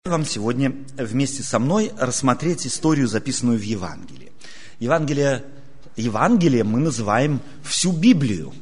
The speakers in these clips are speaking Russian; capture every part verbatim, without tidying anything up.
Вам сегодня вместе со мной рассмотреть историю, записанную в Евангелии. Евангелие, Евангелие мы называем всю Библию.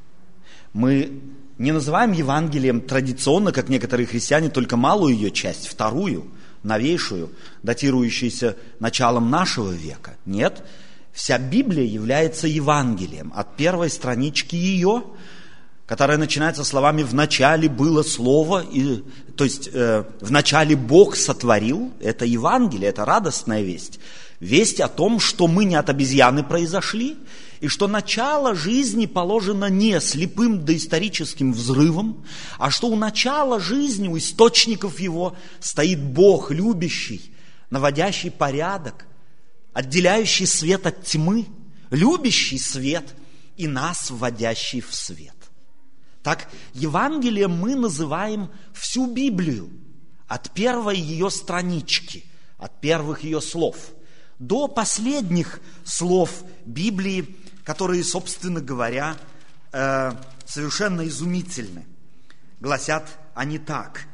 Мы не называем Евангелием традиционно, как некоторые христиане, только малую ее часть, вторую, новейшую, датирующуюся началом нашего века. Нет, вся Библия является Евангелием. От первой странички ее, которая начинается словами «в начале было Слово», и, то есть э, «в начале Бог сотворил», это Евангелие, это радостная весть. Весть о том, что мы не от обезьяны произошли, и что начало жизни положено не слепым доисторическим взрывом, а что у начала жизни, у источников его стоит Бог, любящий, наводящий порядок, отделяющий свет от тьмы, любящий свет и нас вводящий в свет. Так, Евангелие мы называем всю Библию, от первой ее странички, от первых ее слов, до последних слов Библии, которые, собственно говоря, э, совершенно изумительны. Гласят они так: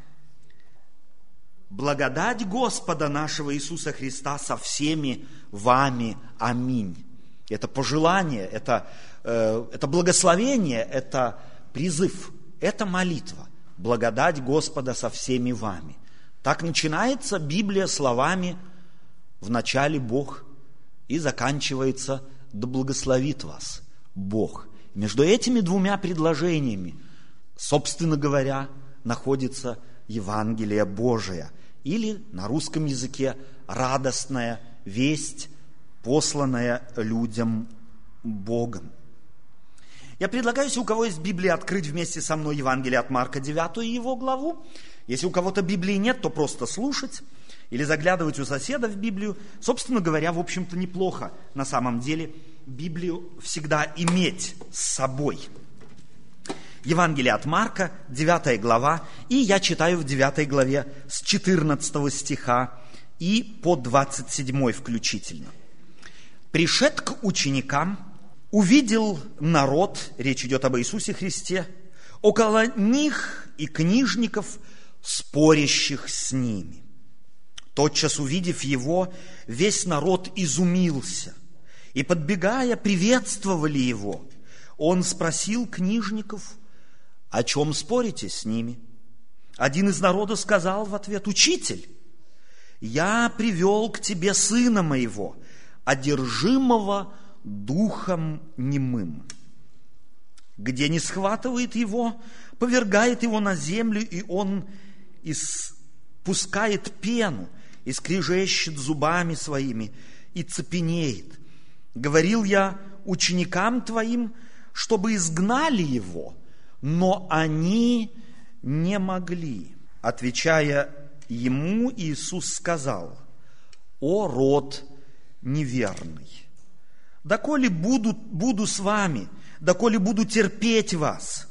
«Благодать Господа нашего Иисуса Христа со всеми вами. Аминь». Это пожелание, это, э, это благословение, это призыв, это молитва. Благодать Господа со всеми вами. Так начинается Библия словами «в начале Бог» и заканчивается «да благословит вас Бог». Между этими двумя предложениями, собственно говоря, находится Евангелие Божие, или на русском языке радостная весть, посланная людям Богом. Я предлагаю, если у кого есть Библия, открыть вместе со мной Евангелие от Марка, девятую его главу. Если у кого-то Библии нет, то просто слушать или заглядывать у соседа в Библию. Собственно говоря, в общем-то, неплохо на самом деле Библию всегда иметь с собой. Евангелие от Марка, девятая глава, и я читаю в девятой главе с четырнадцатого стиха и по двадцать седьмой включительно. «Пришед к ученикам, увидел народ, речь идет об Иисусе Христе, около них и книжников, спорящих с ними. Тотчас увидев его, весь народ изумился, и, подбегая, приветствовали его. Он спросил книжников: о чем спорите с ними? Один из народа сказал в ответ: «Учитель, я привел к тебе сына моего, одержимого духом немым. Где не схватывает его, повергает его на землю, и он испускает пену, и скрежещет зубами своими, и цепенеет. Говорил я ученикам твоим, чтобы изгнали его, но они не могли». Отвечая ему, Иисус сказал: «О род неверный! Доколе буду, буду с вами, доколе буду терпеть вас,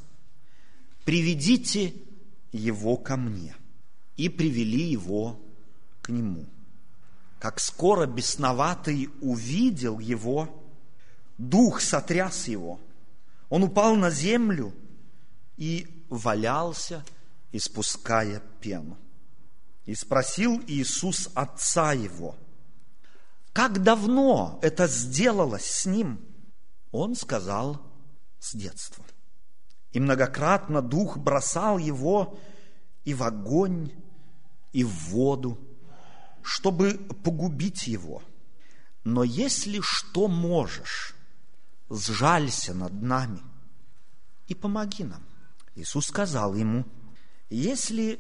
приведите его ко мне». И привели его к нему. Как скоро бесноватый увидел его, дух сотряс его. Он упал на землю и валялся, испуская пену. И спросил Иисус отца его: как давно это сделалось с ним? Он сказал: с детства. И многократно дух бросал его и в огонь, и в воду, чтобы погубить его. Но если что можешь, сжалься над нами и помоги нам. Иисус сказал ему: если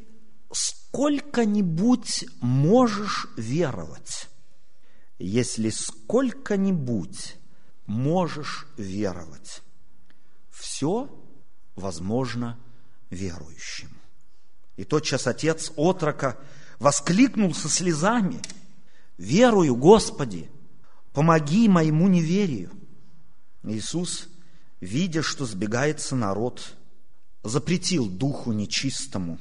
сколько-нибудь можешь веровать, если сколько-нибудь можешь веровать, все возможно верующему. И тотчас отец отрока воскликнул со слезами: «Верую, Господи, помоги моему неверию». Иисус, видя, что сбегается народ, запретил духу нечистому,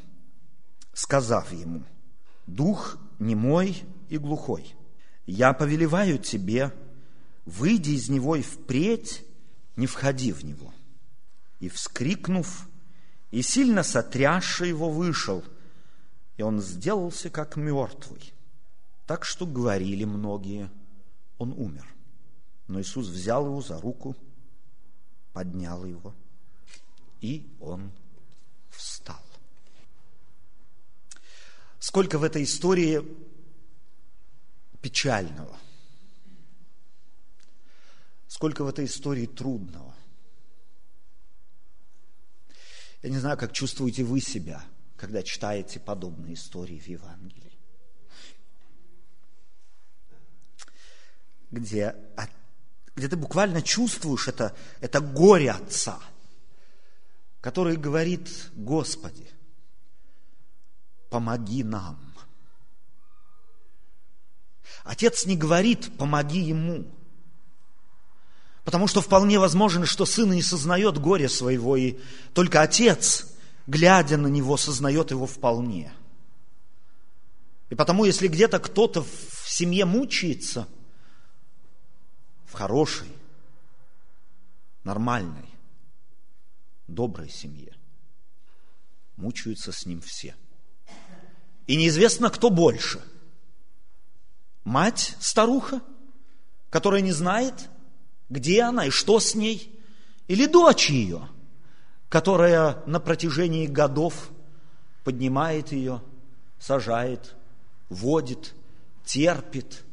сказав ему: «Дух немой и глухой, я повелеваю тебе, выйди из него и впредь не входи в него». И, вскрикнув, и сильно сотрясши его, вышел, и он сделался как мертвый. Так что говорили многие, он умер. Но Иисус взял его за руку, поднял его, и он встал. Сколько в этой истории печального, сколько в этой истории трудного. Я не знаю, как чувствуете вы себя, когда читаете подобные истории в Евангелии, где, где ты буквально чувствуешь это, это горе отца, который говорит: Господи, помоги нам. Отец не говорит: помоги ему, потому что вполне возможно, что сын не сознает горя своего, и только отец, глядя на него, сознает его вполне. И потому, если где-то кто-то в семье мучается, в хорошей, нормальной, доброй семье, мучаются с ним все. И неизвестно, кто больше. Мать, старуха, которая не знает, где она и что с ней, или дочь ее, которая на протяжении годов поднимает ее, сажает, водит, терпит,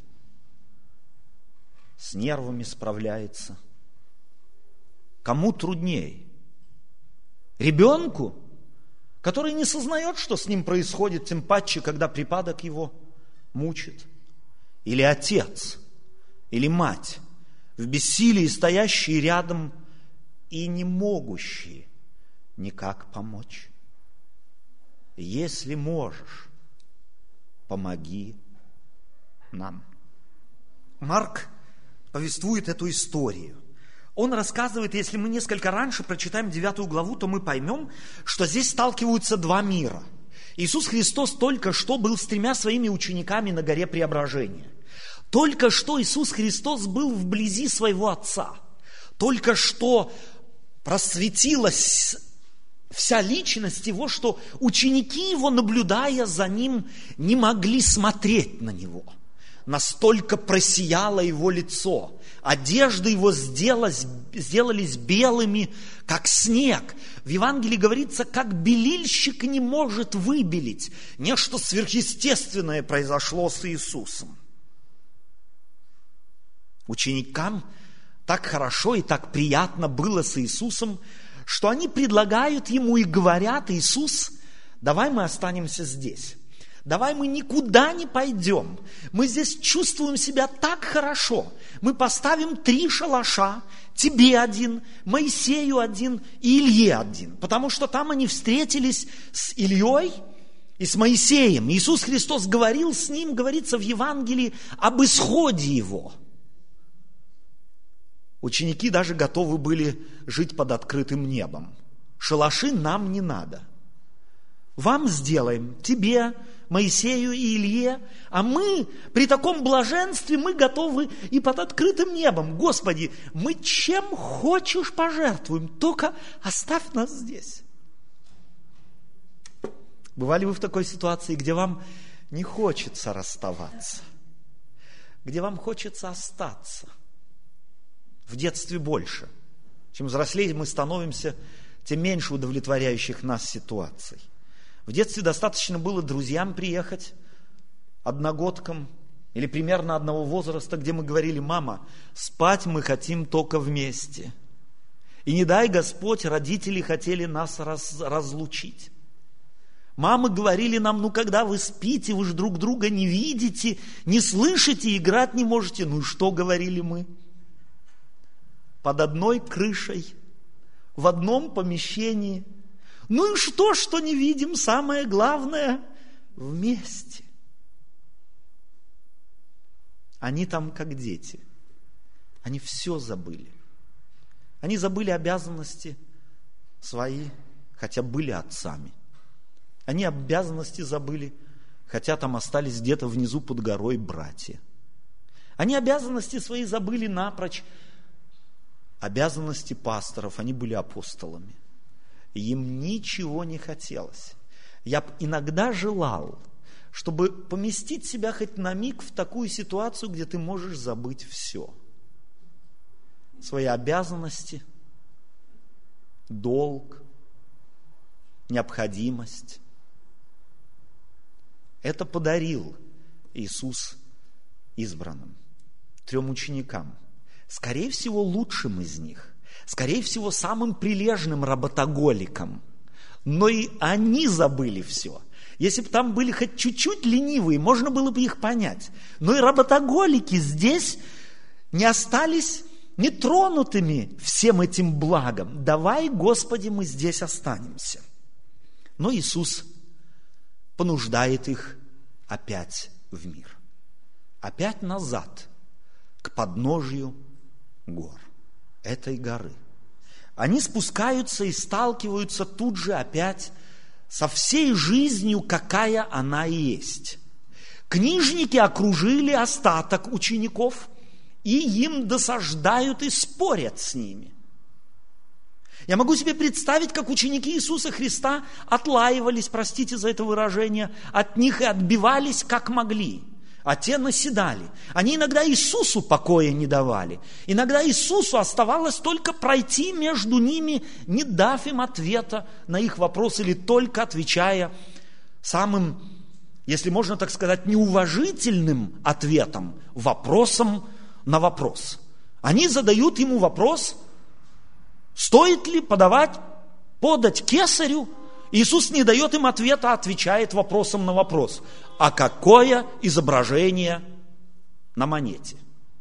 с нервами справляется. Кому труднее? Ребенку, который не сознает, что с ним происходит, тем паче, когда припадок его мучит? Или отец, или мать, в бессилии стоящие рядом и не могущие никак помочь? Если можешь, помоги нам. Марк повествует эту историю. Он рассказывает, если мы несколько раньше прочитаем девятую главу, то мы поймем, что здесь сталкиваются два мира. Иисус Христос только что был с тремя своими учениками на горе Преображения. Только что Иисус Христос был вблизи своего Отца. Только что просветилась вся личность его, что ученики его, наблюдая за ним, не могли смотреть на него. Настолько просияло его лицо. Одежды его сделались, сделались белыми, как снег. В Евангелии говорится, как белильщик не может выбелить. Нечто сверхъестественное произошло с Иисусом. Ученикам так хорошо и так приятно было с Иисусом, что они предлагают ему и говорят: Иисус, давай мы останемся здесь. Давай мы никуда не пойдем. Мы здесь чувствуем себя так хорошо. Мы поставим три шалаша. Тебе один, Моисею один и Илье один. Потому что там они встретились с Ильей и с Моисеем. Иисус Христос говорил с ним, говорится в Евангелии, об исходе его. Ученики даже готовы были жить под открытым небом. Шалаши нам не надо. Вам сделаем, тебе, Моисею и Илье, а мы при таком блаженстве мы готовы и под открытым небом. Господи, мы чем хочешь пожертвуем, только оставь нас здесь. Бывали вы в такой ситуации, где вам не хочется расставаться, где вам хочется остаться? В детстве больше. Чем взрослее мы становимся, тем меньше удовлетворяющих нас ситуаций. В детстве достаточно было друзьям приехать, одногодкам или примерно одного возраста, где мы говорили: мама, спать мы хотим только вместе. И не дай Господь, родители хотели нас раз, разлучить. Мамы говорили нам: ну когда вы спите, вы же друг друга не видите, не слышите, играть не можете. Ну и что говорили мы? Под одной крышей, в одном помещении. Ну и что, что не видим? Самое главное – вместе. Они там как дети. Они все забыли. Они забыли обязанности свои, хотя были отцами. Они обязанности забыли, хотя там остались где-то внизу под горой братья. Они обязанности свои забыли напрочь. Обязанности пасторов, они были апостолами. Им ничего не хотелось. Я бы иногда желал, чтобы поместить себя хоть на миг в такую ситуацию, где ты можешь забыть все. Свои обязанности, долг, необходимость. Это подарил Иисус избранным, трем ученикам. Скорее всего, лучшим из них. Скорее всего, самым прилежным работоголиком. Но и они забыли все. Если бы там были хоть чуть-чуть ленивые, можно было бы их понять. Но и работоголики здесь не остались нетронутыми всем этим благом. Давай, Господи, мы здесь останемся. Но Иисус понуждает их опять в мир. Опять назад, к подножию гор, этой горы. Они спускаются и сталкиваются тут же опять со всей жизнью, какая она и есть. Книжники окружили остаток учеников, и им досаждают и спорят с ними. Я могу себе представить, как ученики Иисуса Христа отлаивались, простите за это выражение, от них и отбивались, как могли. А те наседали. Они иногда Иисусу покоя не давали. Иногда Иисусу оставалось только пройти между ними, не дав им ответа на их вопрос, или только отвечая самым, если можно так сказать, неуважительным ответом, вопросом на вопрос. Они задают ему вопрос, стоит ли подавать, подать кесарю. Иисус не дает им ответа, а отвечает вопросом на вопрос. А какое изображение на монете?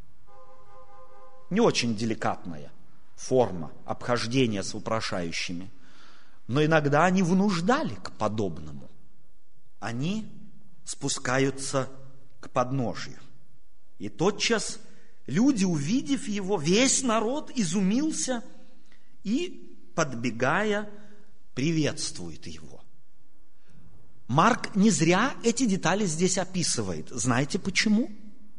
Не очень деликатная форма обхождения с вопрошающими. Но иногда они вынуждали к подобному. Они спускаются к подножию. И тотчас люди, увидев его, весь народ изумился и, подбегая, приветствует его. Марк не зря эти детали здесь описывает. Знаете почему?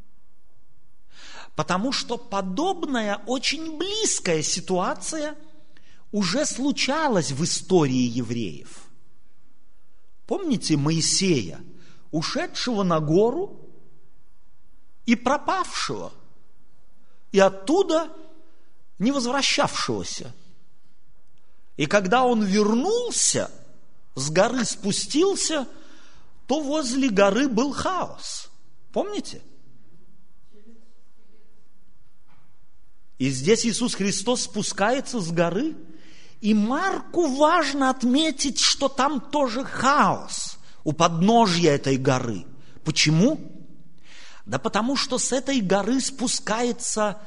Потому что подобная, очень близкая ситуация уже случалась в истории евреев. Помните Моисея, ушедшего на гору и пропавшего, и оттуда не возвращавшегося? И когда он вернулся, с горы спустился, то возле горы был хаос. Помните? И здесь Иисус Христос спускается с горы, и Марку важно отметить, что там тоже хаос у подножья этой горы. Почему? Да потому что с этой горы спускается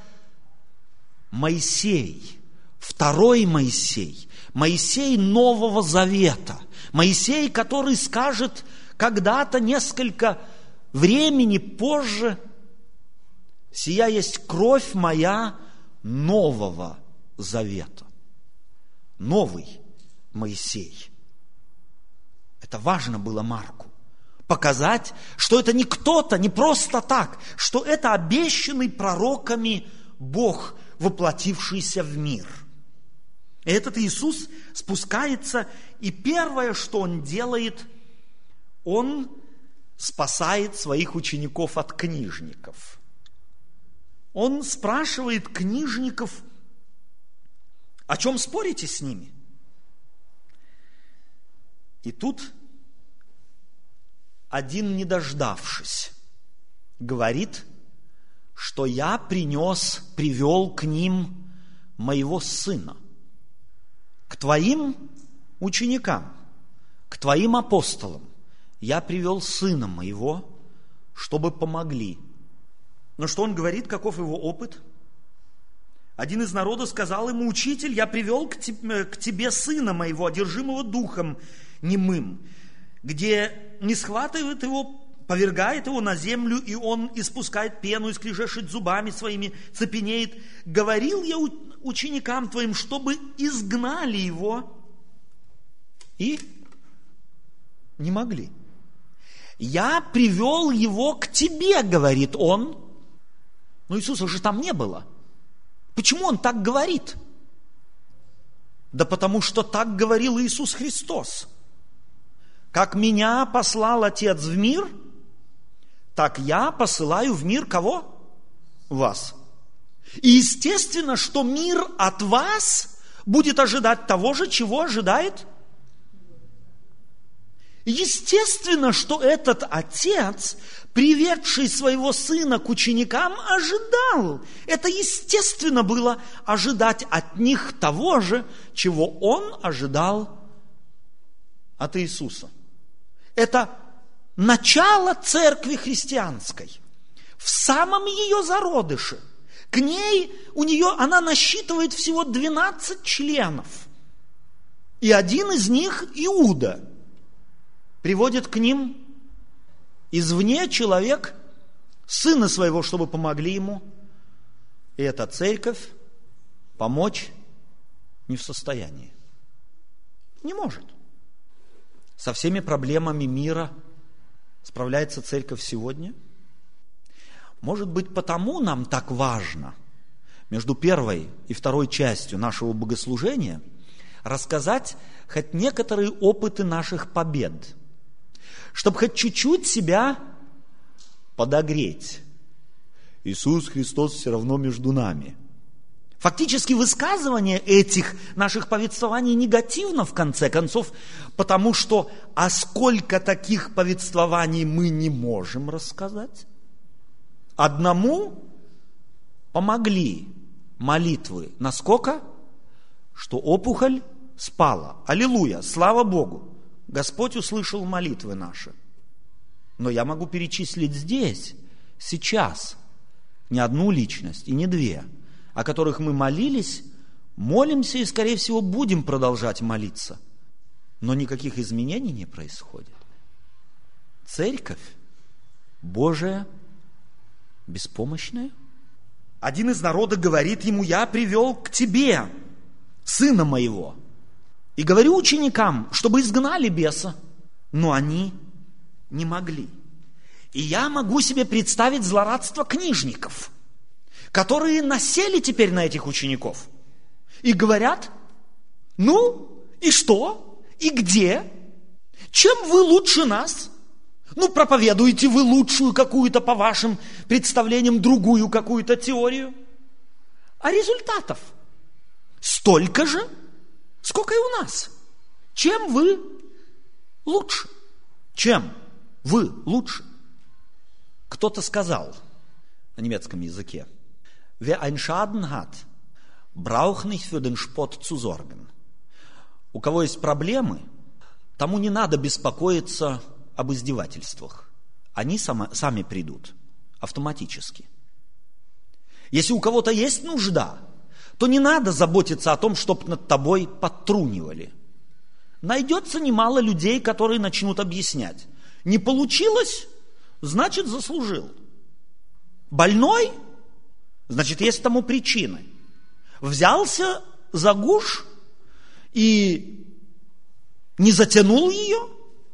Моисей, второй Моисей, Моисей Нового Завета, Моисей, который скажет когда-то, несколько времени позже, «Сия есть кровь моя Нового Завета». Новый Моисей. Это важно было Марку. Показать, что это не кто-то, не просто так, что это обещанный пророками Бог, воплотившийся в мир. И этот Иисус спускается, и первое, что Он делает, Он спасает своих учеников от книжников. Он спрашивает книжников, о чем спорите с ними? И тут один, не дождавшись, говорит, что я принес, привел к ним моего сына, к твоим ученикам, к твоим апостолам. Я привел сына моего, чтобы помогли. Но что он говорит, каков его опыт? Один из народа сказал ему: «Учитель, я привел к тебе, к тебе сына моего, одержимого духом немым, где не схватывает его, повергает его на землю, и он испускает пену и скрежещет зубами своими, цепенеет. Говорил я ученикам твоим, чтобы изгнали его, и не могли. Я привел его к тебе, говорит он». Но Иисуса же там не было. Почему он так говорит? Да потому что так говорил Иисус Христос. Как меня послал Отец в мир, так я посылаю в мир кого? Вас. И естественно, что мир от вас будет ожидать того же, чего ожидает. Естественно, что этот отец, приведший своего сына к ученикам, ожидал. Это естественно было ожидать от них того же, чего он ожидал от Иисуса. Это начало церкви христианской. В самом ее зародыше. К ней, у нее, она насчитывает всего двенадцать членов. И один из них, Иуда, приводит к ним извне человек, сына своего, чтобы помогли ему. И эта церковь помочь не в состоянии. Не может. Со всеми проблемами мира справляется церковь сегодня? Может быть, потому нам так важно между первой и второй частью нашего богослужения рассказать хоть некоторые опыты наших побед, чтобы хоть чуть-чуть себя подогреть. Иисус Христос все равно между нами. Фактически высказывание этих наших повествований негативно в конце концов, потому что а сколько таких повествований мы не можем рассказать? Одному помогли молитвы. Насколько? Что опухоль спала. Аллилуйя, слава Богу. Господь услышал молитвы наши. Но я могу перечислить здесь, сейчас, не одну личность и не две, о которых мы молились, молимся и, скорее всего, будем продолжать молиться. Но никаких изменений не происходит. Церковь Божия беспомощная. Один из народа говорит ему: я привел к тебе сына моего. И говорю ученикам, чтобы изгнали беса. Но они не могли. И я могу себе представить злорадство книжников, которые насели теперь на этих учеников. И говорят: ну, и что? И где? Чем вы лучше нас? Ну, проповедуете вы лучшую какую-то, по вашим представлениям, другую какую-то теорию. А результатов столько же, сколько и у нас. Чем вы лучше? Чем вы лучше? Кто-то сказал на немецком языке: Wer einen Schaden hat, braucht nicht für den Spott zu sorgen. У кого есть проблемы, тому не надо беспокоиться об издевательствах. Они сами, сами придут автоматически. Если у кого-то есть нужда, то не надо заботиться о том, чтобы над тобой подтрунивали. Найдется немало людей, которые начнут объяснять. Не получилось, значит, заслужил. Больной, значит, есть тому причины. Взялся за гуж и не затянул ее.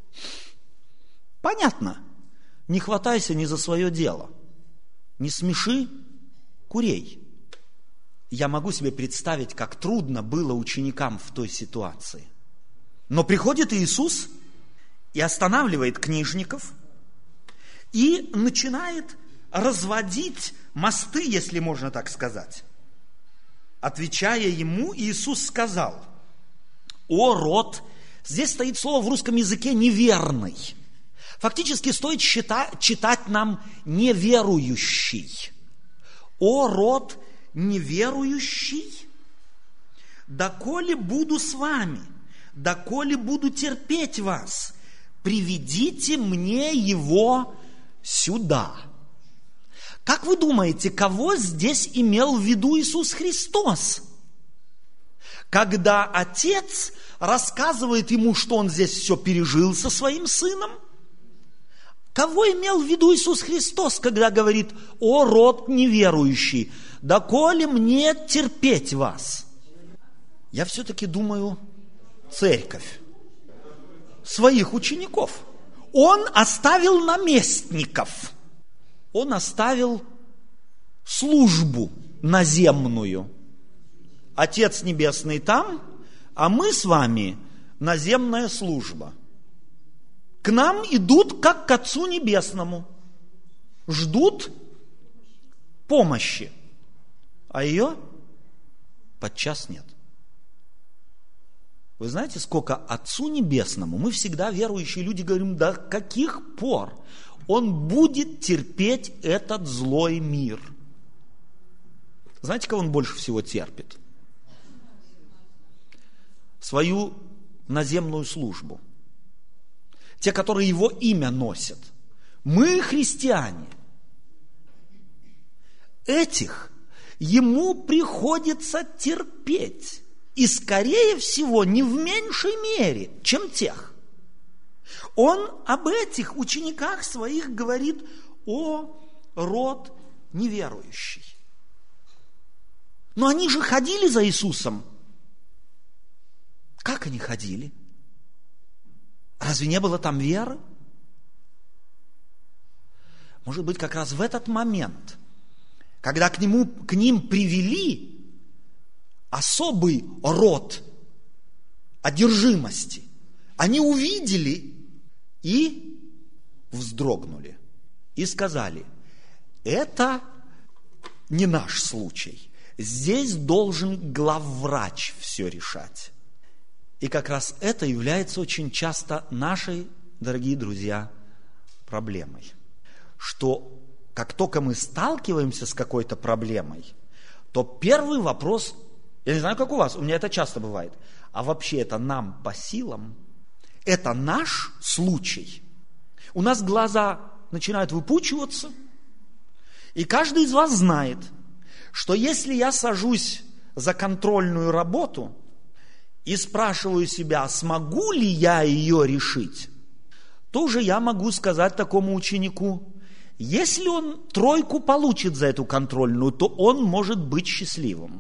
Понятно. Не хватайся ни за свое дело. Не смеши курей. Я могу себе представить, как трудно было ученикам в той ситуации. Но приходит Иисус и останавливает книжников и начинает разводить мосты, если можно так сказать. Отвечая ему, Иисус сказал: «О род», здесь стоит слово в русском языке «неверный». Фактически стоит считать, читать нам «неверующий». «О род неверующий, доколе буду с вами, доколе буду терпеть вас, приведите мне его сюда». Как вы думаете, кого здесь имел в виду Иисус Христос? Когда Отец рассказывает ему, что он здесь все пережил со своим сыном, кого имел в виду Иисус Христос, когда говорит: «О род неверующий, доколе мне терпеть вас»? Я все-таки думаю, церковь, своих учеников. Он оставил наместников, он оставил службу наземную. Отец Небесный там, а мы с вами наземная служба. к нам идут как к Отцу Небесному, ждут помощи, а ее подчас нет. Вы знаете, сколько Отцу Небесному, мы всегда, верующие люди, говорим, до каких пор Он будет терпеть этот злой мир? Знаете, кого Он больше всего терпит? Свою наземную службу. Те, которые Его имя носят. Мы, христиане, этих Ему приходится терпеть. И, скорее всего, не в меньшей мере, чем тех. Он об этих учениках своих говорит: о, род неверующий. Но они же ходили за Иисусом. Как они ходили? Разве не было там веры? Может быть, как раз в этот момент, когда к, нему, к ним привели особый род одержимости, они увидели и вздрогнули. И сказали: это не наш случай. Здесь должен главврач все решать. И как раз это является очень часто нашей, дорогие друзья, проблемой. Что как только мы сталкиваемся с какой-то проблемой, то первый вопрос, я не знаю, как у вас, у меня это часто бывает, а вообще это нам по силам? Это наш случай? У нас глаза начинают выпучиваться, и каждый из вас знает, что если я сажусь за контрольную работу и спрашиваю себя, смогу ли я ее решить, то уже я могу сказать такому ученику: если он тройку получит за эту контрольную, то он может быть счастливым.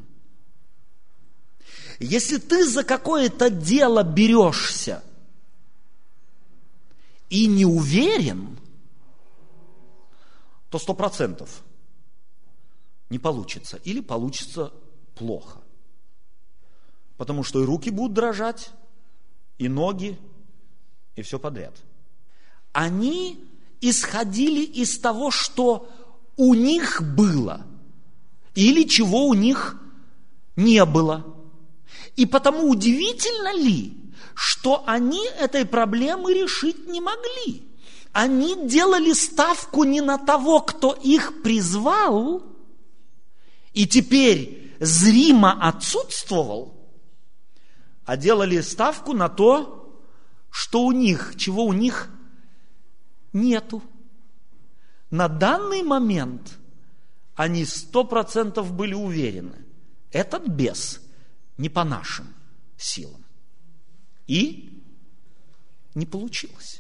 Если ты за какое-то дело берешься и не уверен, то сто процентов не получится. Или получится плохо. Потому что и руки будут дрожать, и ноги, и все подряд. Они исходили из того, что у них было, или чего у них не было. И потому удивительно ли, что они этой проблемы решить не могли. Они делали ставку не на того, кто их призвал, и теперь зримо отсутствовал, а делали ставку на то, что у них, чего у них нету. На данный момент они сто процентов были уверены: этот бес не по нашим силам. И не получилось.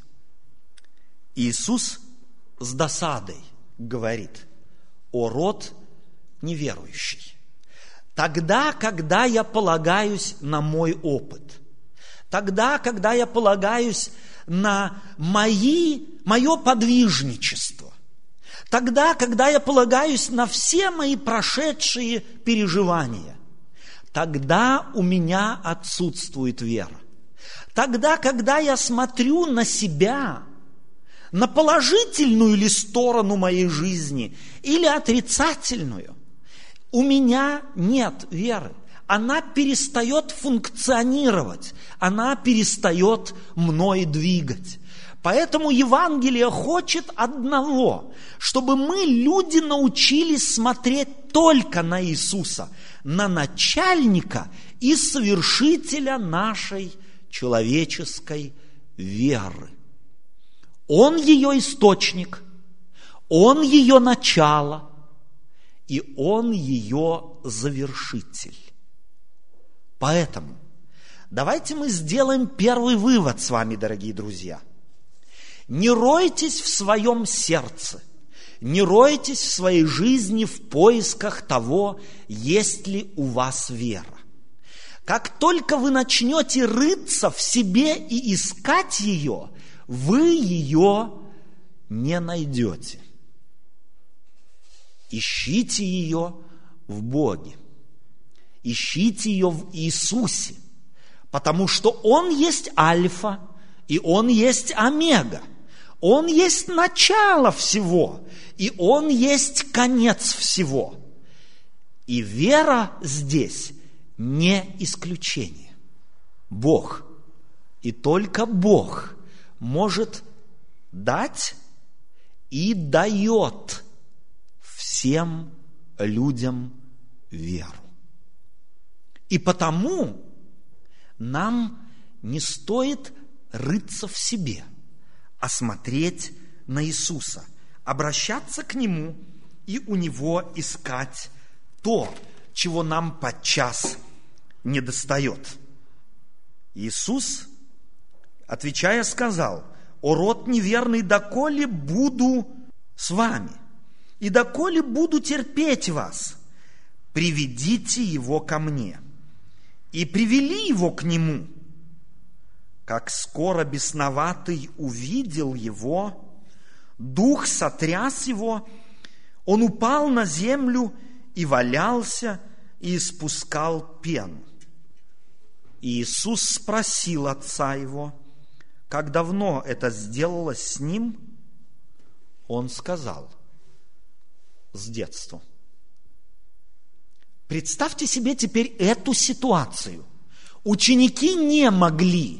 Иисус с досадой говорит: о род неверующий. Тогда, когда я полагаюсь на мой опыт, тогда, когда я полагаюсь на мои, мое подвижничество, тогда, когда я полагаюсь на все мои прошедшие переживания, тогда у меня отсутствует вера. Тогда, когда я смотрю на себя, на положительную ли сторону моей жизни или отрицательную, у меня нет веры. Она перестает функционировать, она перестает мной двигать. Поэтому Евангелие хочет одного, чтобы мы, люди, научились смотреть только на Иисуса, на начальника и совершителя нашей человеческой веры. Он ее источник, Он ее начало, и Он ее завершитель. Поэтому давайте мы сделаем первый вывод с вами, дорогие друзья. Не ройтесь в своем сердце, не ройтесь в своей жизни в поисках того, есть ли у вас вера. Как только вы начнете рыться в себе и искать ее, вы ее не найдете. Ищите ее в Боге. Ищите ее в Иисусе, потому что Он есть альфа и Он есть омега. Он есть начало всего, и Он есть конец всего. И вера здесь не исключение. Бог, и только Бог может дать и дает всем людям веру. И потому нам не стоит рыться в себе, а смотреть на Иисуса, обращаться к Нему и у Него искать то, чего нам подчас недостает. Иисус, отвечая, сказал: «О род неверный, доколе буду с вами, и доколе буду терпеть вас, приведите его ко мне». И привели его к нему. Как скоро бесноватый увидел его, дух сотряс его, он упал на землю и валялся, и испускал пену. И Иисус спросил отца его, как давно это сделалось с ним. Он сказал: с детства. Представьте себе теперь эту ситуацию. Ученики не могли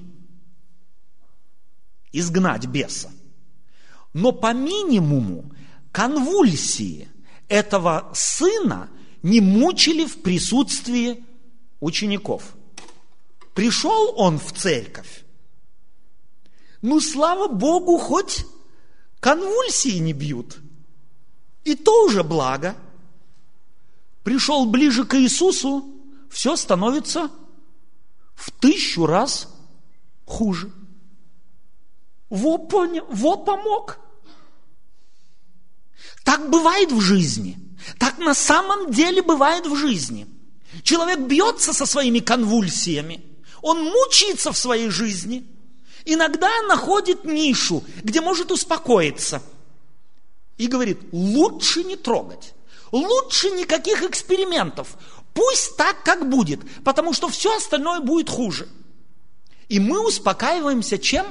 изгнать беса, но по минимуму конвульсии этого сына не мучили в присутствии учеников. Пришел он в церковь. Ну, слава Богу, хоть конвульсии не бьют. И то уже благо. Пришел ближе к Иисусу, все становится в тысячу раз хуже. Во, понял, во помог. Так бывает в жизни. Так на самом деле бывает в жизни. Человек бьется со своими конвульсиями. Он мучается в своей жизни. Иногда находит нишу, где может успокоиться. И говорит: лучше не трогать. Лучше никаких экспериментов. Пусть так, как будет, потому что все остальное будет хуже. И мы успокаиваемся чем?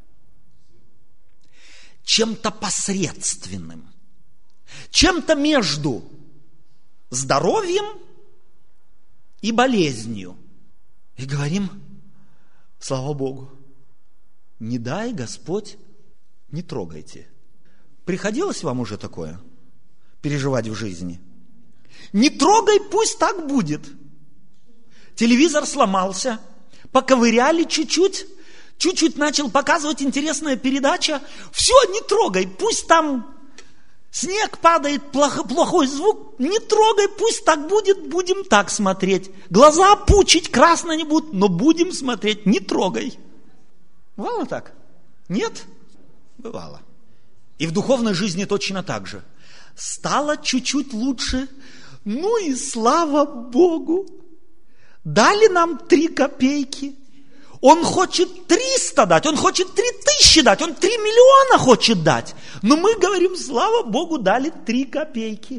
Чем-то посредственным. Чем-то между здоровьем и болезнью. И говорим: слава Богу, не дай Господь, не трогайте. Приходилось вам уже такое переживать в жизни? Не трогай, пусть так будет. Телевизор сломался, поковыряли чуть-чуть, чуть-чуть начал показывать интересная передача. Все, не трогай, пусть там снег падает, плохо, плохой звук, не трогай, пусть так будет, будем так смотреть. Глаза пучить, красно не будут, но будем смотреть, не трогай. Бывало так? Нет? Бывало. И в духовной жизни точно так же. Стало чуть-чуть лучше, ну и слава Богу. Дали нам три копейки. Он хочет триста дать, он хочет три тысячи дать, он три миллиона хочет дать. Но мы говорим: слава Богу, дали три копейки.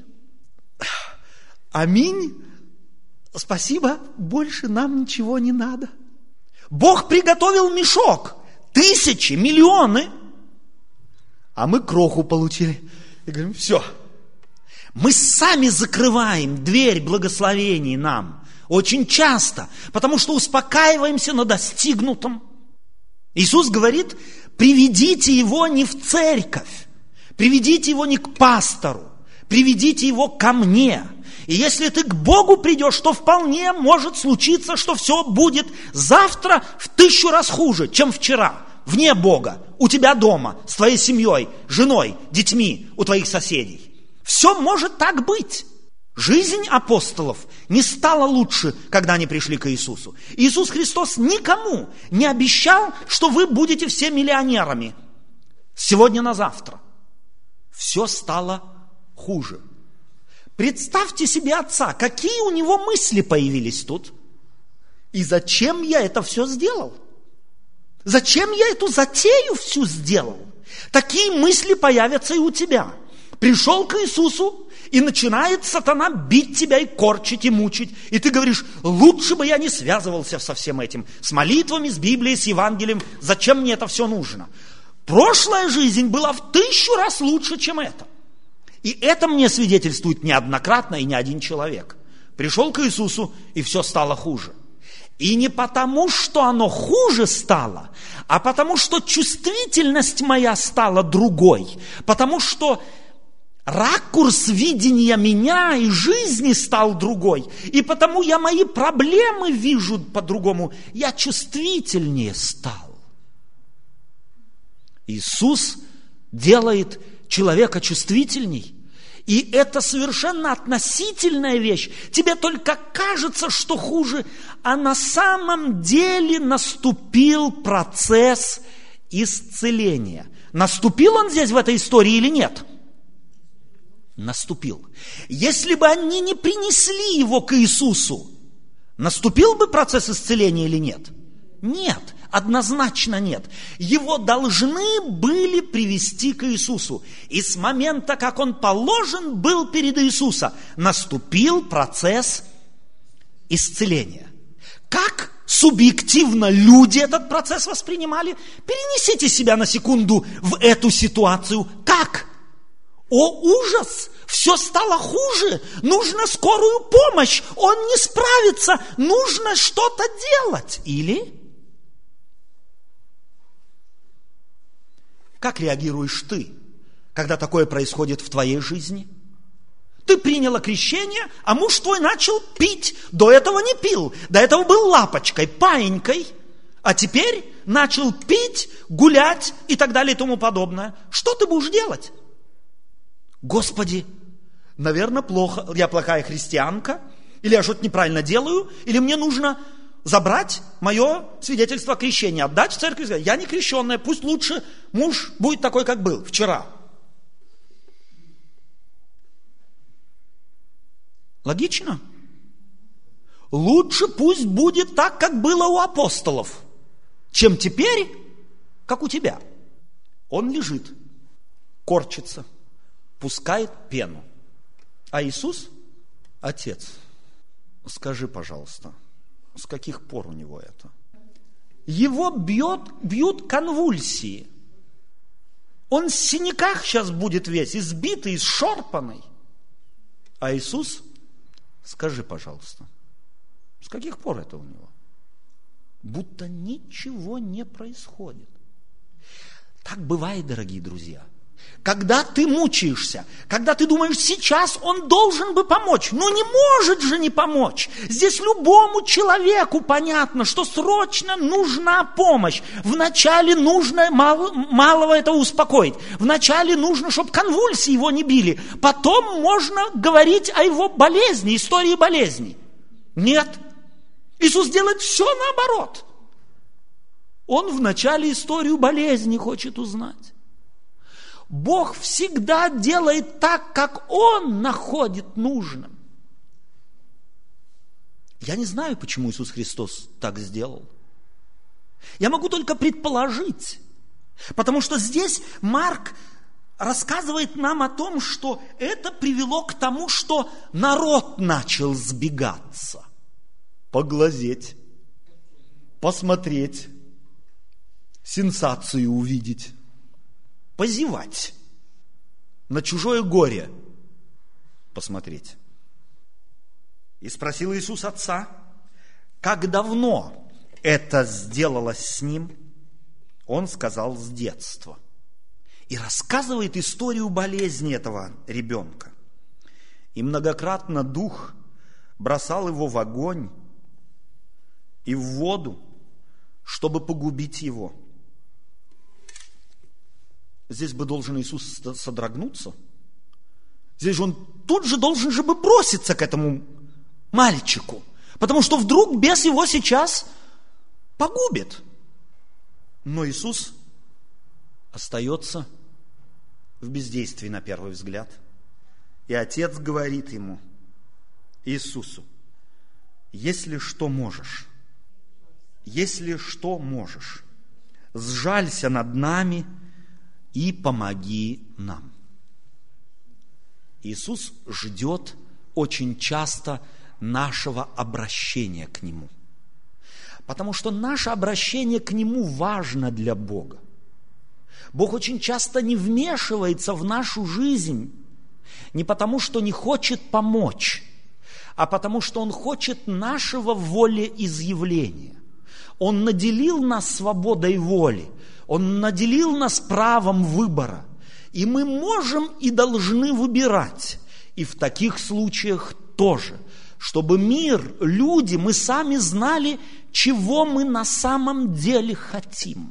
Аминь. Спасибо, больше нам ничего не надо. Бог приготовил мешок. Тысячи, миллионы. А мы кроху получили. И говорим: все. Мы сами закрываем дверь благословений нам. Очень часто. Потому что успокаиваемся на достигнутом. Иисус говорит: приведите его не в церковь. Приведите его не к пастору. Приведите его ко мне. И если ты к Богу придешь, то вполне может случиться, что все будет завтра в тысячу раз хуже, чем вчера. Вне Бога, у тебя дома, с твоей семьей, женой, детьми, у твоих соседей. Все может так быть. Жизнь апостолов не стала лучше, когда они пришли к Иисусу. Иисус Христос никому не обещал, что вы будете все миллионерами сегодня на завтра. Все стало хуже. Представьте себе отца, какие у него мысли появились тут. И зачем я это все сделал? Зачем я эту затею всю сделал? Такие мысли появятся и у тебя. Пришел к Иисусу, и начинает сатана бить тебя и корчить, и мучить. И ты говоришь, лучше бы я не связывался со всем этим, с молитвами, с Библией, с Евангелием. Зачем мне это все нужно? Прошлая жизнь была в тысячу раз лучше, чем это. И это мне свидетельствует неоднократно и не один человек. Пришел к Иисусу, и все стало хуже. И не потому, что оно хуже стало, а потому, что чувствительность моя стала другой. Потому что ракурс видения меня и жизни стал другой. И потому я мои проблемы вижу по-другому. Я чувствительнее стал. Иисус делает человека чувствительней. И это совершенно относительная вещь. Тебе только кажется, что хуже, а на самом деле наступил процесс исцеления. Наступил он здесь в этой истории или нет? Наступил. Если бы они не принесли его к Иисусу, наступил бы процесс исцеления или нет? Нет. Однозначно нет. Его должны были привести к Иисусу. И с момента, как он положен был перед Иисусом, наступил процесс исцеления. Как субъективно люди этот процесс воспринимали? Перенесите себя на секунду в эту ситуацию. Как? О, ужас! Все стало хуже. Нужна скорую помощь. Он не справится. Нужно что-то делать. Или... Как реагируешь ты, когда такое происходит в твоей жизни? Ты приняла крещение, а муж твой начал пить. До этого не пил. До этого был лапочкой, паинькой. А теперь начал пить, гулять и так далее и тому подобное. Что ты будешь делать? Господи, наверное, плохо. Я плохая христианка. Или я что-то неправильно делаю. Или мне нужно... забрать мое свидетельство о крещении, отдать в церковь и сказать, я не крещенная, пусть лучше муж будет такой, как был вчера. Логично? Лучше пусть будет так, как было у апостолов, чем теперь, как у тебя. Он лежит, корчится, пускает пену. А Иисус, Отец, скажи, пожалуйста, с каких пор у него это? Его бьет, бьют конвульсии. Он в синяках сейчас будет весь, избитый, исшорпанный. А Иисус, скажи, пожалуйста, с каких пор это у него? Будто ничего не происходит. Так бывает, дорогие друзья. Когда ты мучаешься, когда ты думаешь, сейчас он должен бы помочь, но не может же не помочь. Здесь любому человеку понятно, что срочно нужна помощь. Вначале нужно мало, малого этого успокоить. Вначале нужно, чтобы конвульсии его не били. Потом можно говорить о его болезни, истории болезни. Нет. Иисус делает все наоборот. Он вначале историю болезни хочет узнать. Бог всегда делает так, как Он находит нужным. Я не знаю, почему Иисус Христос так сделал. Я могу только предположить. Потому что здесь Марк рассказывает нам о том, что это привело к тому, что народ начал сбегаться. Поглазеть, посмотреть, сенсацию увидеть. Позевать, на чужое горе посмотреть. И спросил Иисус Отца, как давно это сделалось с ним? Он сказал, с детства. И рассказывает историю болезни этого ребенка. И многократно дух бросал его в огонь и в воду, чтобы погубить его. Здесь бы должен Иисус содрогнуться. Здесь же он тут же должен же бы броситься к этому мальчику. Потому что вдруг бес его сейчас погубит. Но Иисус остается в бездействии на первый взгляд. И Отец говорит ему, Иисусу, если что можешь, если что можешь, сжалься над нами и помоги нам. Иисус ждет очень часто нашего обращения к Нему. Потому что наше обращение к Нему важно для Бога. Бог очень часто не вмешивается в нашу жизнь не потому, что не хочет помочь, а потому, что Он хочет нашего волеизъявления. Он наделил нас свободой воли, Он наделил нас правом выбора. И мы можем и должны выбирать. И в таких случаях тоже. Чтобы мир, люди, мы сами знали, чего мы на самом деле хотим.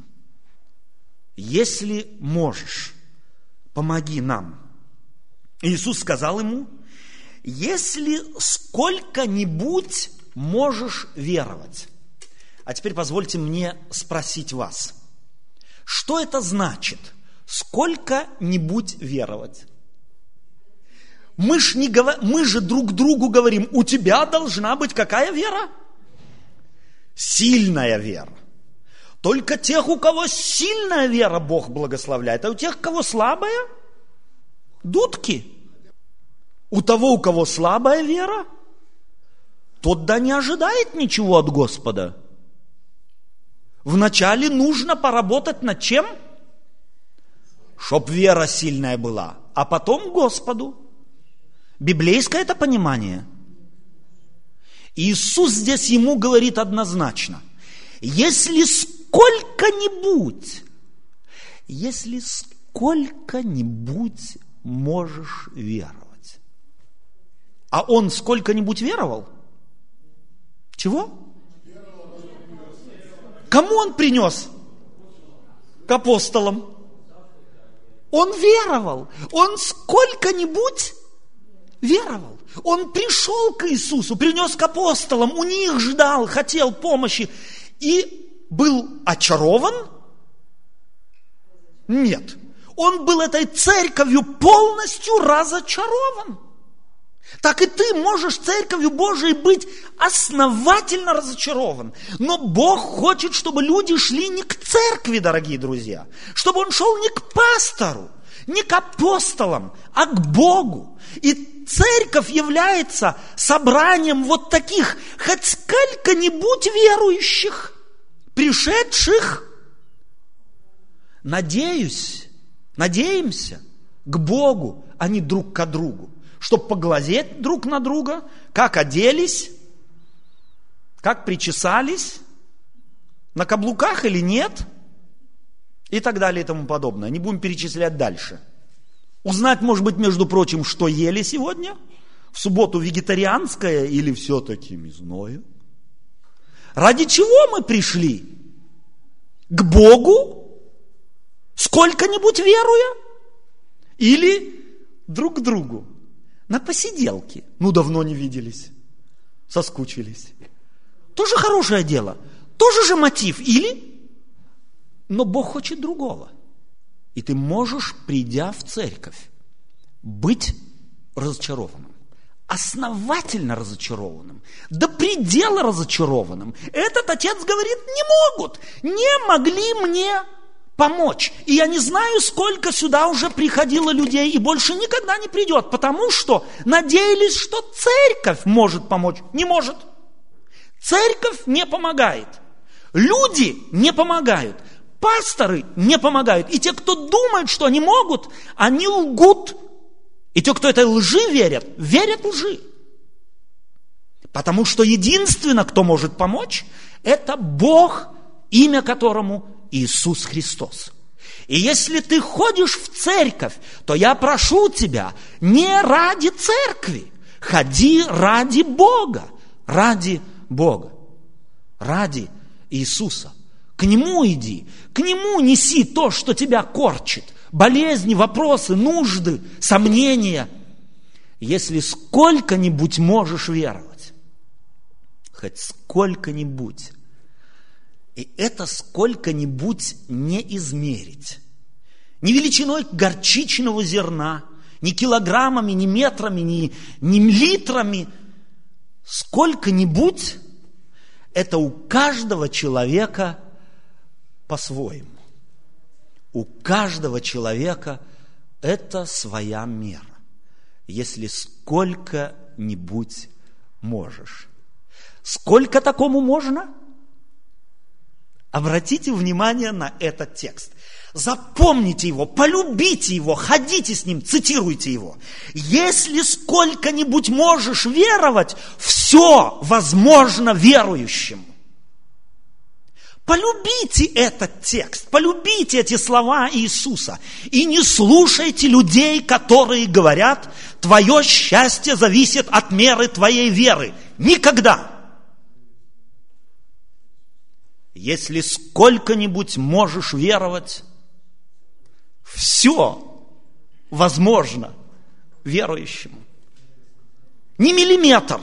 Если можешь, помоги нам. Иисус сказал ему: если сколько-нибудь можешь веровать. А теперь позвольте мне спросить вас, что это значит? Сколько-нибудь веровать. Мы ж не говор... мы же друг другу говорим: у тебя должна быть какая вера? Сильная вера. Только тех, у кого сильная вера, Бог благословляет, а у тех, у кого слабая, дудки. У того, у кого слабая вера, тот да не ожидает ничего от Господа. Вначале нужно поработать над чем? Чтоб вера сильная была, а потом Господу. Библейское это понимание. Иисус здесь ему говорит однозначно: если сколько-нибудь, если сколько-нибудь можешь веровать. А он сколько-нибудь веровал? Чего? Кому он принес? К апостолам. Он веровал. Он сколько-нибудь веровал. Он пришел к Иисусу, принес к апостолам, у них ждал, хотел помощи. И был очарован? Нет. Он был этой церковью полностью разочарован. Так и ты можешь церковью Божией быть основательно разочарован. Но Бог хочет, чтобы люди шли не к церкви, дорогие друзья. Чтобы он шел не к пастору, не к апостолам, а к Богу. И церковь является собранием вот таких хоть сколько-нибудь верующих, пришедших, надеюсь, надеемся, к Богу, а не друг к другу. Чтобы поглазеть друг на друга, как оделись, как причесались, на каблуках или нет, и так далее и тому подобное. Не будем перечислять дальше. Узнать, может быть, между прочим, что ели сегодня, в субботу вегетарианское или все-таки мясное. Ради чего мы пришли? К Богу? Сколько-нибудь веруя? Или друг к другу? На посиделке. Ну, давно не виделись. Соскучились. Тоже хорошее дело. Тоже же мотив. Или? Но Бог хочет другого. И ты можешь, придя в церковь, быть разочарованным. Основательно разочарованным. До предела разочарованным. Этот отец говорит: не могут. Не могли мне помочь. И я не знаю, сколько сюда уже приходило людей, и больше никогда не придет, потому что надеялись, что церковь может помочь. Не может. Церковь не помогает. Люди не помогают. Пасторы не помогают. И те, кто думают, что они могут, они лгут. И те, кто этой лжи верят, верят лжи. Потому что единственное, кто может помочь, это Бог, имя которому Иисус Христос. И если ты ходишь в церковь, то я прошу тебя, не ради церкви, ходи ради Бога, ради Бога, ради Иисуса. К Нему иди, к Нему неси то, что тебя корчит, болезни, вопросы, нужды, сомнения. Если сколько-нибудь можешь веровать, хоть сколько-нибудь, и это сколько-нибудь не измерить. Ни величиной горчичного зерна, ни килограммами, ни метрами, ни, ни литрами. Сколько-нибудь это у каждого человека по-своему. У каждого человека это своя мера. если сколько-нибудь можешь. Сколько такому можно? Обратите внимание на этот текст. Запомните его, полюбите его, ходите с ним, цитируйте его. Если сколько-нибудь можешь веровать, все возможно верующему. Полюбите этот текст, полюбите эти слова Иисуса. И не слушайте людей, которые говорят, твое счастье зависит от меры твоей веры. Никогда. Если сколько-нибудь можешь веровать, все возможно верующему. Не миллиметр,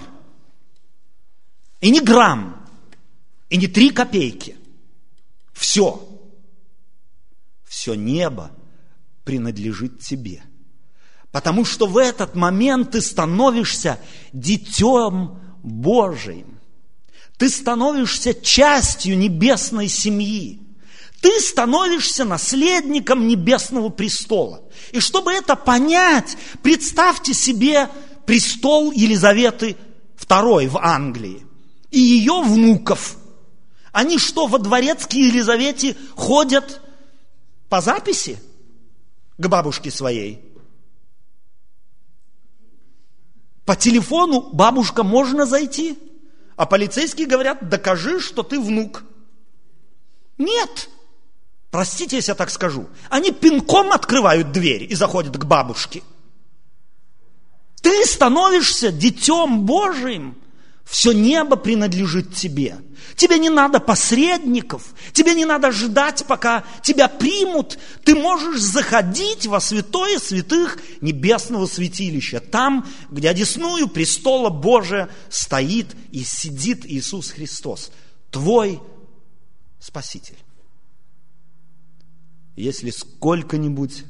и не грамм, и не три копейки. Все. Все небо принадлежит тебе. Потому что в этот момент ты становишься детем Божиим. Ты становишься частью небесной семьи. Ты становишься наследником небесного престола. И чтобы это понять, представьте себе престол Елизаветы второй в Англии и ее внуков. Они что, во дворец к Елизавете ходят по записи к бабушке своей? По телефону бабушка можно зайти, а полицейские говорят, докажи, что ты внук. Нет. Простите, если я так скажу. Они пинком открывают дверь и заходят к бабушке. Ты становишься детем Божиим. Все небо принадлежит тебе. Тебе не надо посредников. Тебе не надо ждать, пока тебя примут. Ты можешь заходить во святое святых небесного святилища. Там, где одесную престола Божия стоит и сидит Иисус Христос. Твой Спаситель. Если сколько-нибудь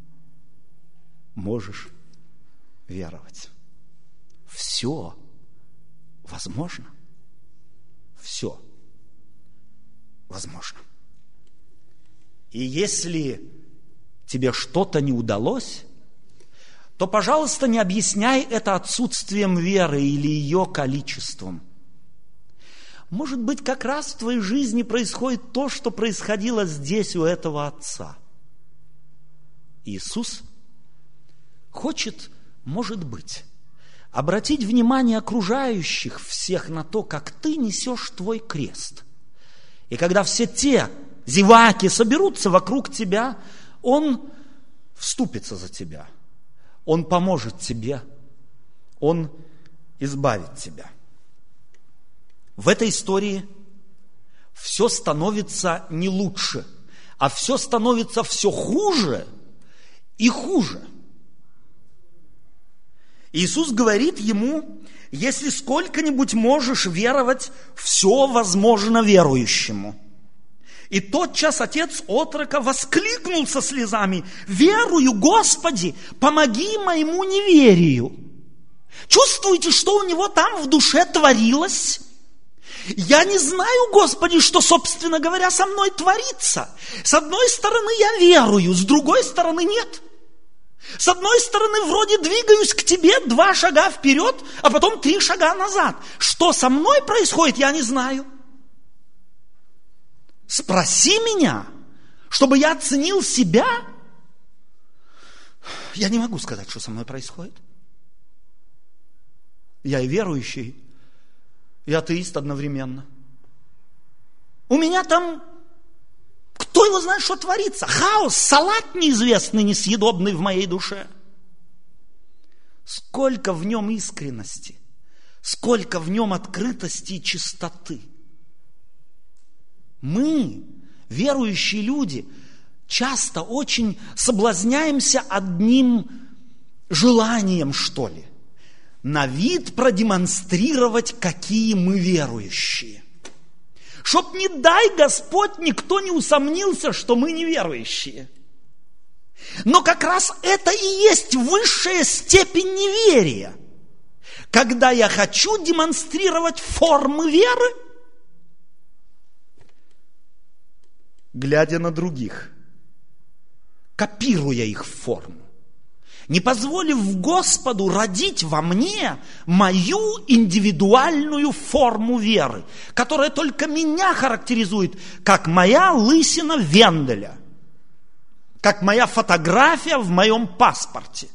можешь веровать. Все возможно. Все возможно. И если тебе что-то не удалось, то, пожалуйста, не объясняй это отсутствием веры или ее количеством. Может быть, как раз в твоей жизни происходит то, что происходило здесь у этого отца. Иисус хочет, может быть, обратить внимание окружающих всех на то, как ты несешь твой крест. И когда все те зеваки соберутся вокруг тебя, Он вступится за тебя. Он поможет тебе. Он избавит тебя. В этой истории все становится не лучше, а все становится все хуже и хуже. Иисус говорит ему, если сколько-нибудь можешь веровать, все возможно верующему. И тотчас отец отрока воскликнул со слезами: «Верую, Господи, помоги моему неверию». Чувствуете, что у него там в душе творилось? Я не знаю, Господи, что, собственно говоря, со мной творится. С одной стороны, я верую, с другой стороны, нет. С одной стороны, вроде двигаюсь к Тебе два шага вперед, а потом три шага назад. Что со мной происходит, я не знаю. Спроси меня, чтобы я оценил себя. Я не могу сказать, что со мной происходит. Я и верующий, и атеист одновременно. У меня там, кто его знает, что творится? Хаос, салат неизвестный, несъедобный в моей душе. Сколько в нем искренности, сколько в нем открытости и чистоты. Мы, верующие люди, часто очень соблазняемся одним желанием, что ли. На вид продемонстрировать, какие мы верующие. Чтоб, не дай Господь, никто не усомнился, что мы неверующие. Но как раз это и есть высшая степень неверия. Когда я хочу демонстрировать формы веры, глядя на других, копируя их форму. не позволив Господу родить во мне мою индивидуальную форму веры, которая только меня характеризует, как моя лысина Венделя, как моя фотография в моем паспорте.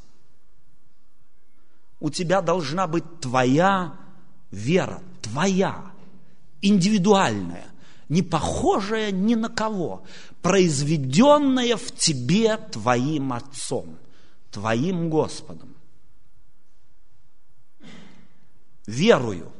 У тебя должна быть твоя вера, твоя, индивидуальная, не похожая ни на кого, произведенная в тебе твоим Отцом, твоим Господом. Верую.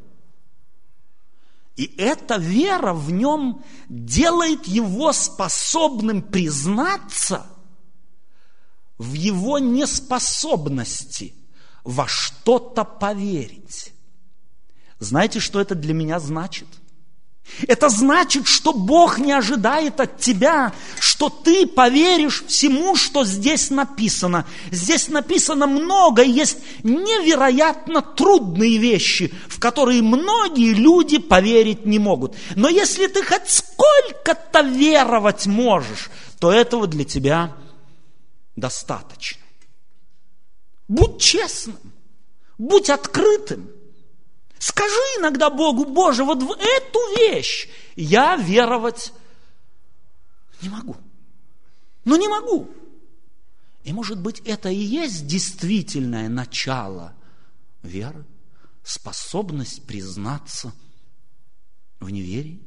И эта вера в нем делает его способным признаться в его неспособности во что-то поверить. Знаете, что это для меня значит? Это значит, что Бог не ожидает от тебя, что ты поверишь всему, что здесь написано. Здесь написано много, и есть невероятно трудные вещи, в которые многие люди поверить не могут. Но если ты хоть сколько-то веровать можешь, то этого для тебя достаточно. Будь честным, будь открытым. Скажи иногда Богу: Боже, вот в эту вещь я веровать не могу. Ну не могу. И может быть это и есть действительное начало веры, способность признаться в неверии.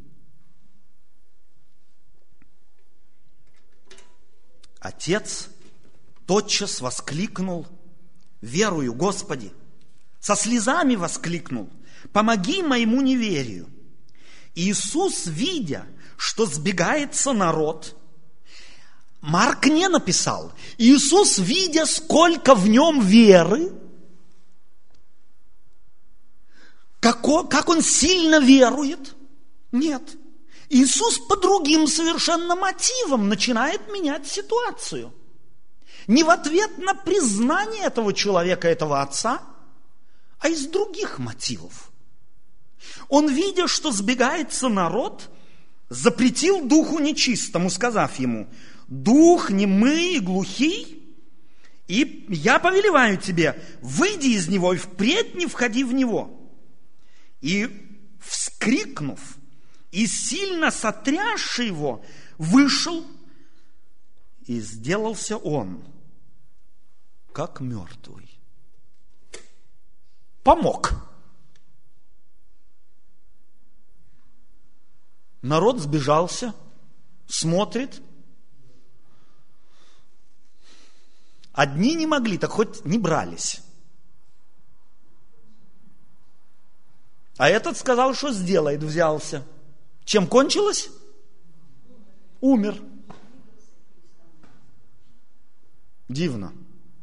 Отец тотчас воскликнул: верую, Господи, со слезами воскликнул: помоги моему неверию. Иисус, видя, что сбегается народ, Марк не написал, Иисус, видя, сколько в нем веры, как он, как он сильно верует, нет. Иисус по другим совершенно мотивам начинает менять ситуацию. Не в ответ на признание этого человека, этого отца, а из других мотивов. Он, видя, что сбегается народ, запретил духу нечистому, сказав ему: дух немый и глухий, и я повелеваю тебе, выйди из него и впредь не входи в него. И, вскрикнув и сильно сотрясши его, вышел, и сделался он как мертвый. Помог. Народ сбежался, смотрит. Одни не могли, так хоть не брались. А этот сказал, что сделает, взялся. Чем кончилось? Умер. Дивно.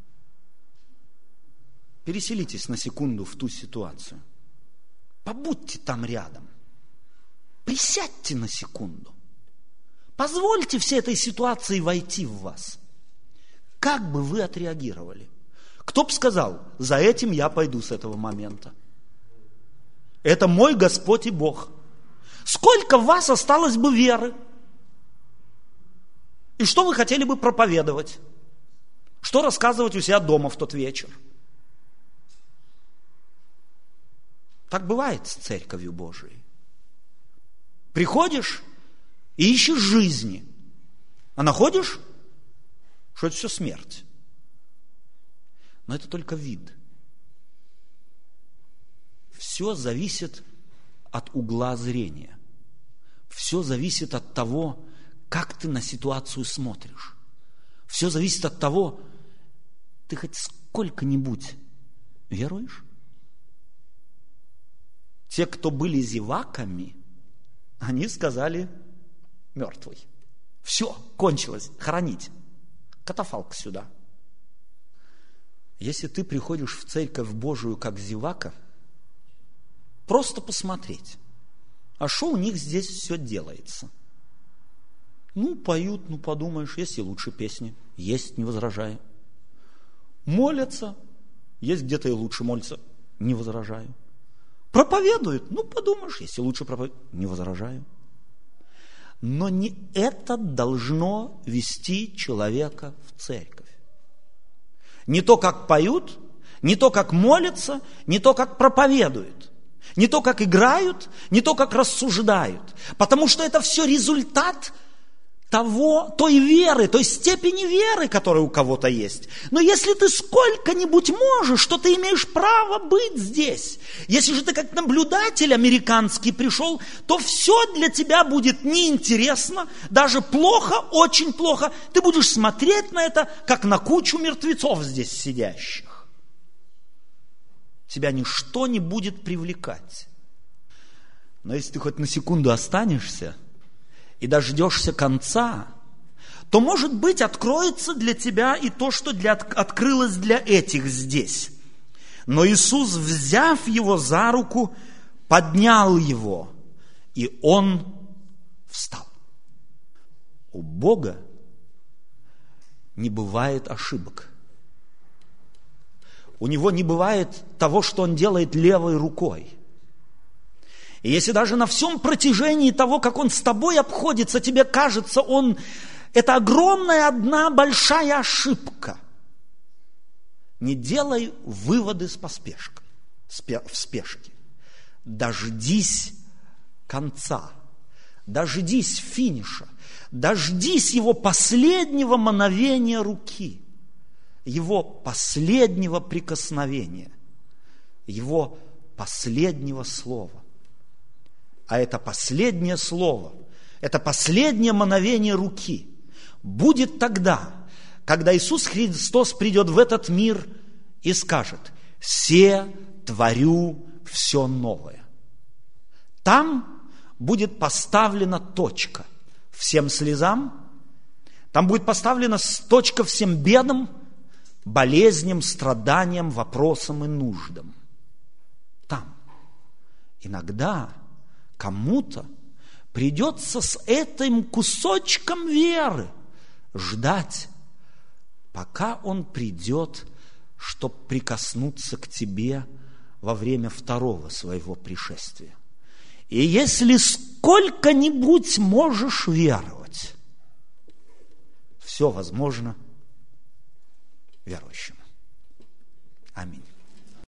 Переселитесь на секунду в ту ситуацию. Побудьте там рядом. Присядьте на секунду. Позвольте всей этой ситуации войти в вас. Как бы вы отреагировали? Кто бы сказал: за этим я пойду с этого момента. Это мой Господь и Бог. Сколько в вас осталось бы веры? И что вы хотели бы проповедовать? Что рассказывать у себя дома в тот вечер? Так бывает с Церковью Божией. Приходишь и ищешь жизни, а находишь, что это все смерть. Но это только вид. Все зависит от угла зрения. Все зависит от того, как ты на ситуацию смотришь. Все зависит от того, ты хоть сколько-нибудь веруешь? Те, кто были зеваками, они сказали: мертвый. Все, кончилось, хоронить. Катафалк сюда. Если ты приходишь в Церковь Божию как зевака, просто посмотреть, а что у них здесь все делается. Ну, поют, ну, подумаешь, есть и лучше песни, есть, не возражаю. Молятся, есть где-то и лучше молятся, не возражаю. Проповедуют, ну, подумаешь, есть и лучше проповедуют, не возражаю. Но не это должно вести человека в церковь. Не то, как поют, не то, как молятся, не то, как проповедуют, не то, как играют, не то, как рассуждают. Потому что это все результат того, той веры, той степени веры, которая у кого-то есть. Но если ты сколько-нибудь можешь, то ты имеешь право быть здесь. Если же ты как наблюдатель американский пришел, то все для тебя будет неинтересно, даже плохо, очень плохо. Ты будешь смотреть на это, как на кучу мертвецов здесь сидящих. Тебя ничто не будет привлекать. Но если ты хоть на секунду останешься и дождешься конца, то, может быть, откроется для тебя и то, что для, открылось для этих здесь. Но Иисус, взяв его за руку, поднял его, и он встал. У Бога не бывает ошибок. У Него не бывает того, что Он делает левой рукой. И если даже на всем протяжении того, как Он с тобой обходится, тебе кажется, Он, это огромная одна большая ошибка, не делай выводы с поспешкой, в спешке. Дождись конца, дождись финиша, дождись Его последнего мановения руки, Его последнего прикосновения, Его последнего слова. А это последнее слово, это последнее мановение руки будет тогда, когда Иисус Христос придет в этот мир и скажет: «Се творю все новое». Там будет поставлена точка всем слезам, там будет поставлена точка всем бедам, болезням, страданиям, вопросам и нуждам. Там. Иногда кому-то придется с этим кусочком веры ждать, пока он придет, чтобы прикоснуться к тебе во время второго своего пришествия. И если сколько-нибудь можешь веровать, все возможно верующему. Аминь.